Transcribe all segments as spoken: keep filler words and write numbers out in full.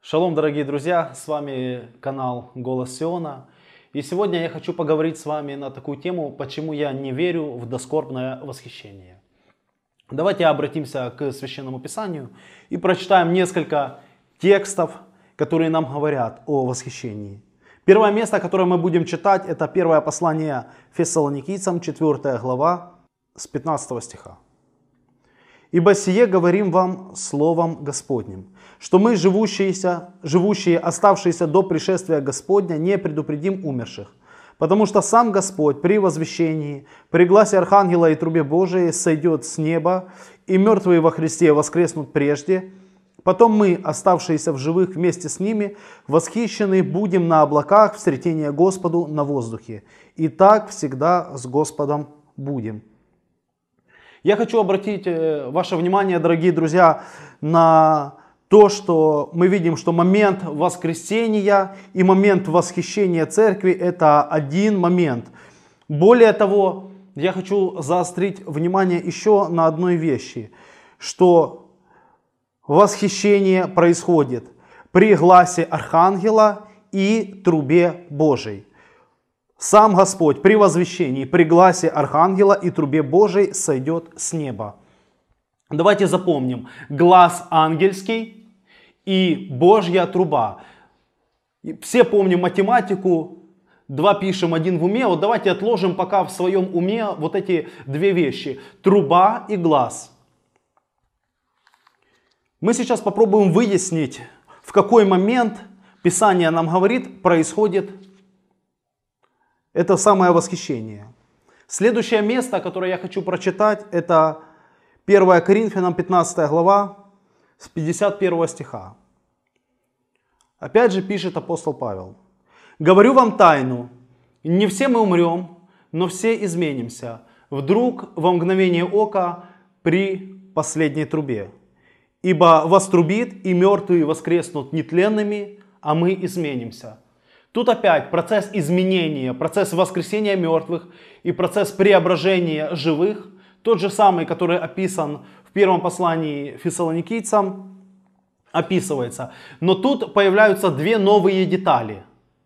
Шалом, дорогие друзья, с вами канал Голос Сиона. И сегодня я хочу поговорить с вами на такую тему, почему я не верю в доскорбное восхищение. Давайте обратимся к Священному Писанию и прочитаем несколько текстов, которые нам говорят о восхищении. Первое место, которое мы будем читать, это первое послание Фессалоникийцам, четвёртая глава, с пятнадцатого стиха. «Ибо сие говорим вам словом Господним, что мы, живущиеся, живущие, оставшиеся до пришествия Господня, не предупредим умерших. Потому что сам Господь при возвещении, при гласе Архангела и трубе Божией сойдет с неба, и мертвые во Христе воскреснут прежде. Потом мы, оставшиеся в живых вместе с ними, восхищены будем на облаках в встретение Господу на воздухе. И так всегда с Господом будем». Я хочу обратить ваше внимание, дорогие друзья, на то, что мы видим, что момент воскресения и момент восхищения церкви – это один момент. Более того, я хочу заострить внимание еще на одной вещи, что восхищение происходит при гласе Архангела и трубе Божией. Сам Господь при возвещении, при гласе Архангела и трубе Божией сойдет с неба. Давайте запомним: глас ангельский и Божья труба. Все помним математику, два пишем, один в уме. Вот давайте отложим пока в своем уме вот эти две вещи: труба и глас. Мы сейчас попробуем выяснить, в какой момент Писание нам говорит, происходит это самое восхищение. Следующее место, которое я хочу прочитать, это первое Коринфянам, пятнадцатая глава, с пятьдесят первого стиха. Опять же пишет апостол Павел: «Говорю вам тайну, не все мы умрем, но все изменимся, вдруг во мгновение ока при последней трубе. Ибо вострубит, и мертвые воскреснут нетленными, а мы изменимся». Тут опять процесс изменения, процесс воскресения мертвых и процесс преображения живых, тот же самый, который описан в первом послании Фессалоникийцам, описывается. Но тут появляются две новые детали.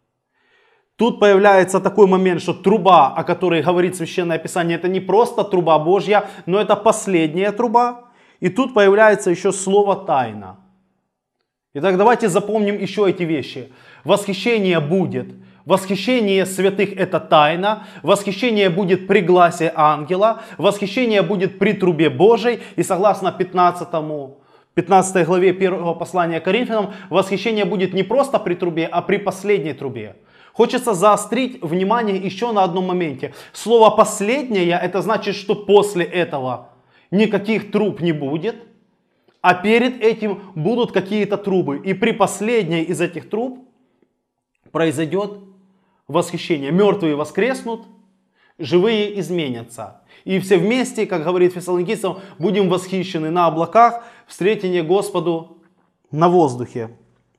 Тут появляется такой момент, что труба, о которой говорит Священное Писание, это не просто труба Божья, но это последняя труба. И тут появляется еще слово «тайна». Итак, давайте запомним еще эти вещи. Восхищение будет. Восхищение святых – это тайна. Восхищение будет при гласе ангела. Восхищение будет при трубе Божией. И согласно пятнадцатой главе первого послания Коринфянам, восхищение будет не просто при трубе, а при последней трубе. Хочется заострить внимание еще на одном моменте. Слово «последнее» – это значит, что после этого никаких труб не будет. А перед этим будут какие-то трубы. И при последней из этих труб произойдет восхищение. Мертвые воскреснут, живые изменятся. И все вместе, как говорит Фессалоникийцам, будем восхищены на облаках, встретение Господу на воздухе.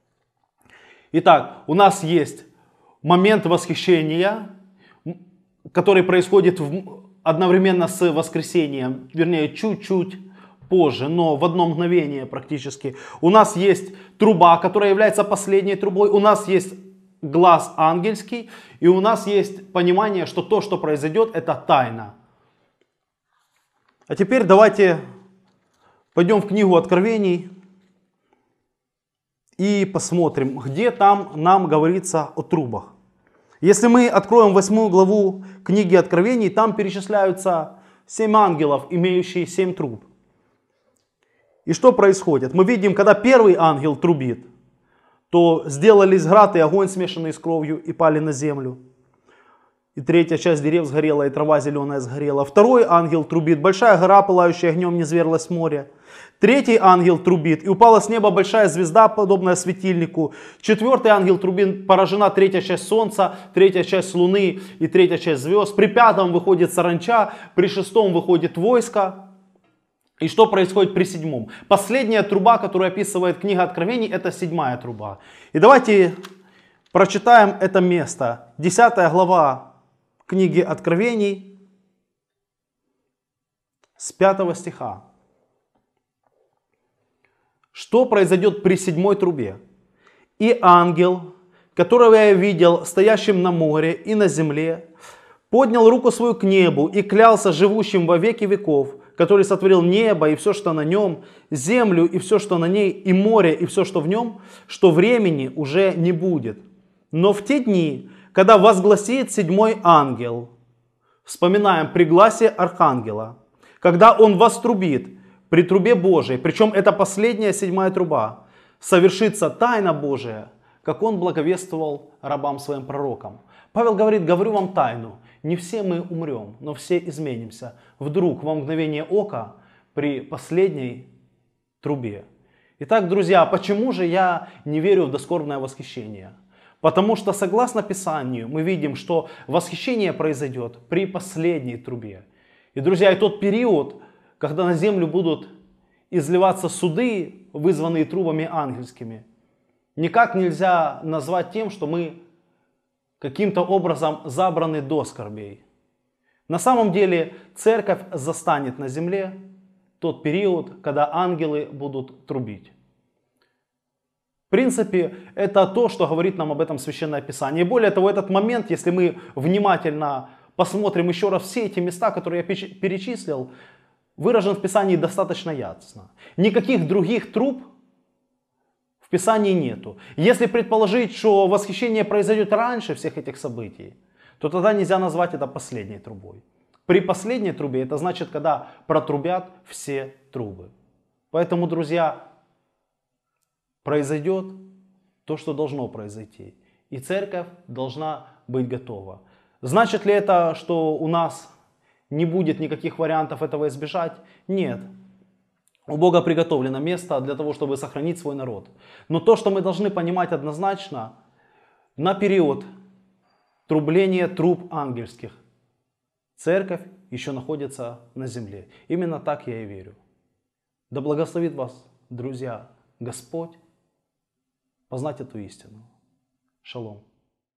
Итак, у нас есть момент восхищения, который происходит одновременно с воскресением, вернее, чуть-чуть позже, но в одно мгновение практически. У нас есть труба, которая является последней трубой. У нас есть глас ангельский. И у нас есть понимание, что то, что произойдет, это тайна. А теперь давайте пойдем в книгу Откровений и посмотрим, где там нам говорится о трубах. Если мы откроем восьмую главу книги Откровений, там перечисляются семь ангелов, имеющие семь труб. И что происходит? Мы видим, когда первый ангел трубит, то сделались град и огонь, смешанный с кровью, и пали на землю. И третья часть дерев сгорела, и трава зеленая сгорела. Второй ангел трубит, большая гора, пылающая огнем, низверлась в море. Третий ангел трубит, и упала с неба большая звезда, подобная светильнику. Четвертый ангел трубит, поражена третья часть солнца, третья часть луны и третья часть звезд. При пятом выходит саранча, при шестом выходит войско. И что происходит при седьмом? Последняя труба, которую описывает книга Откровений, это седьмая труба. И давайте прочитаем это место. Десятая глава книги Откровений с пятого стиха. Что произойдет при седьмой трубе? И ангел, которого я видел стоящим на море и на земле, поднял руку свою к небу и клялся живущим во веки веков, который сотворил небо и все, что на нем, землю и все, что на ней, и море и все, что в нем, что времени уже не будет. Но в те дни, когда возгласит седьмой ангел, вспоминаем пригласие архангела, когда он вострубит при трубе Божией, причем это последняя седьмая труба, совершится тайна Божия, как он благовествовал рабам своим пророкам. Павел говорит, говорю вам тайну, не все мы умрем, но все изменимся. Вдруг во мгновение ока при последней трубе. Итак, друзья, почему же я не верю в доскорбное восхищение? Потому что, согласно Писанию, мы видим, что восхищение произойдет при последней трубе. И, друзья, и тот период, когда на землю будут изливаться суды, вызванные трубами ангельскими, никак нельзя назвать тем, что мы каким-то образом забраны до скорбей. На самом деле церковь застанет на земле тот период, когда ангелы будут трубить. В принципе, это то, что говорит нам об этом Священное Писание. И более того, этот момент, если мы внимательно посмотрим еще раз все эти места, которые я перечислил, выражен в Писании достаточно ясно. Никаких других труб в Писании нету. Если предположить, что восхищение произойдет раньше всех этих событий, то тогда нельзя назвать это последней трубой. При последней трубе это значит, когда протрубят все трубы. Поэтому, друзья, произойдет то, что должно произойти. И церковь должна быть готова. Значит ли это, что у нас не будет никаких вариантов этого избежать? Нет. У Бога приготовлено место для того, чтобы сохранить свой народ. Но то, что мы должны понимать однозначно, на период трубления труб ангельских церковь еще находится на земле. Именно так я и верю. Да благословит вас, друзья, Господь, познать эту истину. Шалом.